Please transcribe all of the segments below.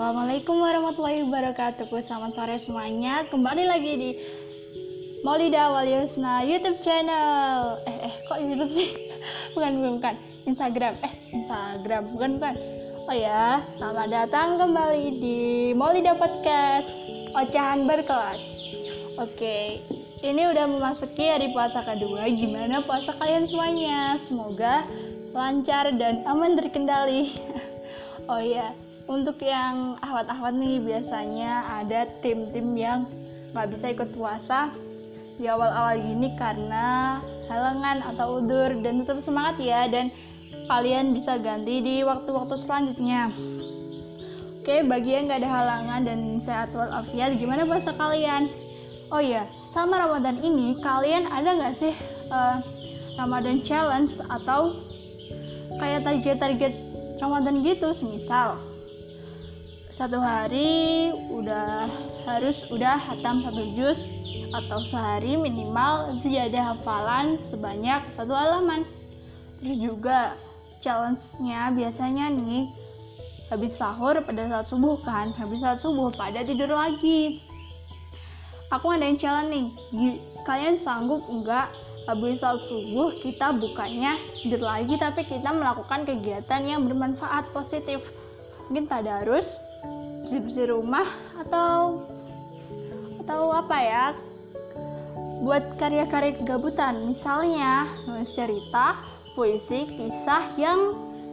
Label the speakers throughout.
Speaker 1: Assalamualaikum warahmatullahi wabarakatuh. Selamat sore semuanya. Kembali lagi di Maulida Walyusna YouTube channel. Kok YouTube sih? Bukan. Instagram. Bukan. Oh ya, selamat datang kembali di Maulida Podcast Ocehan Berkelas. Oke, ini udah memasuki hari puasa kedua. Gimana puasa kalian semuanya? Semoga lancar dan aman terkendali. Oh ya, untuk yang ahwat-ahwat nih, biasanya ada tim-tim yang gak bisa ikut puasa di awal-awal gini karena halangan atau udzur, dan tetap semangat ya, dan kalian bisa ganti di waktu-waktu selanjutnya. Oke, bagi yang gak ada halangan dan sehat walafiat, gimana puasa kalian? Oh ya, selama Ramadan ini kalian ada gak sih Ramadan challenge atau kayak target-target Ramadan gitu? Semisal satu hari udah hatam satu juz, atau sehari minimal ziyadah hafalan sebanyak 1 halaman. Terus juga challenge-nya biasanya nih habis sahur pada saat subuh kan, habis saat subuh pada tidur lagi. Aku ngadain challenge nih, kalian sanggup enggak habis saat subuh kita bukanya tidur lagi, tapi kita melakukan kegiatan yang bermanfaat positif, mungkin tadarus, bersih rumah, atau apa ya, buat karya-karya kegabutan, misalnya nulis cerita, puisi, kisah yang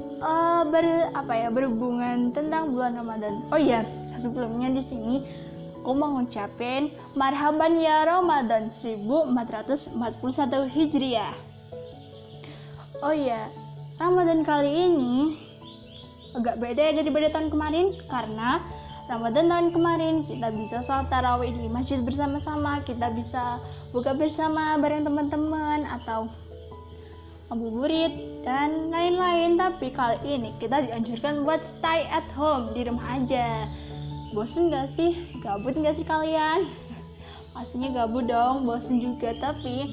Speaker 1: berhubungan tentang bulan Ramadan. Oh iya, sebelumnya di sini aku mau ngucapin marhaban ya Ramadan 1441 Hijriah. Oh iya, Ramadan kali ini agak beda daripada tahun kemarin, karena Ramadan tahun kemarin kita bisa sholat tarawih di masjid bersama-sama, kita bisa buka bersama bareng teman-teman atau ngabuburit dan lain-lain. Tapi kali ini kita dianjurkan buat stay at home, di rumah aja. Bosen gak sih? Gabut gak sih kalian? Pastinya gabut dong, bosen juga. Tapi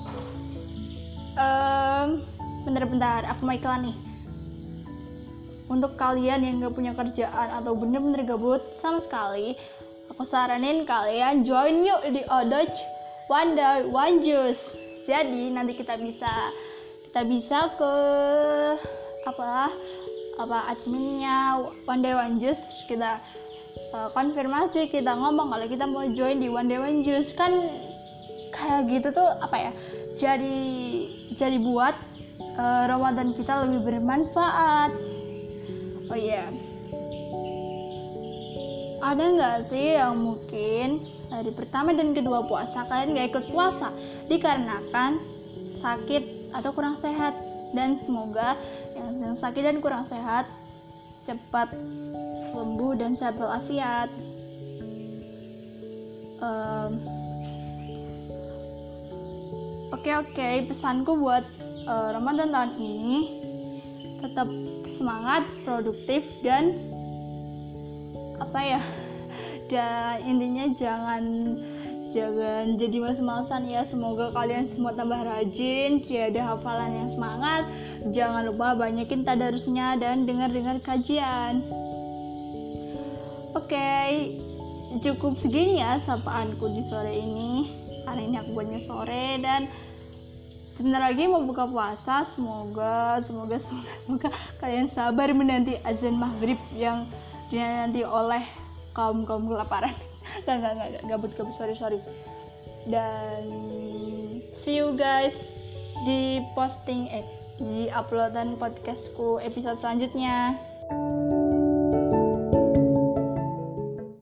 Speaker 1: bentar, aku mau iklan nih. Untuk kalian yang gak punya kerjaan atau bener-bener gabut sama sekali, aku saranin kalian join yuk di Odoj One Day One Juice. Jadi nanti kita bisa ke adminnya One Day One Juice, terus kita konfirmasi, kita ngomong kalau kita mau join di One Day One Juice. Kan kayak gitu tuh jadi buat Ramadan kita lebih bermanfaat. Oh iya, ada nggak sih yang mungkin hari pertama dan kedua puasa kalian nggak ikut puasa dikarenakan sakit atau kurang sehat? Dan semoga yang sedang sakit dan kurang sehat cepat sembuh dan sehat walafiat. Oke, pesanku buat Ramadan tahun ini, tetap semangat, produktif, dan dan intinya jangan jadi males-malesan ya. Semoga kalian semua tambah rajin, ada hafalan yang semangat, jangan lupa banyakin tadarusnya dan dengar kajian. Oke, cukup segini ya sapaanku di sore ini, karena ini aku buatnya sore dan sebentar lagi mau buka puasa. Semoga kalian sabar menanti azan maghrib yang dinanti oleh kaum kelaparan. Gak gabut, sorry. Dan see you guys di uploadan podcastku episode selanjutnya.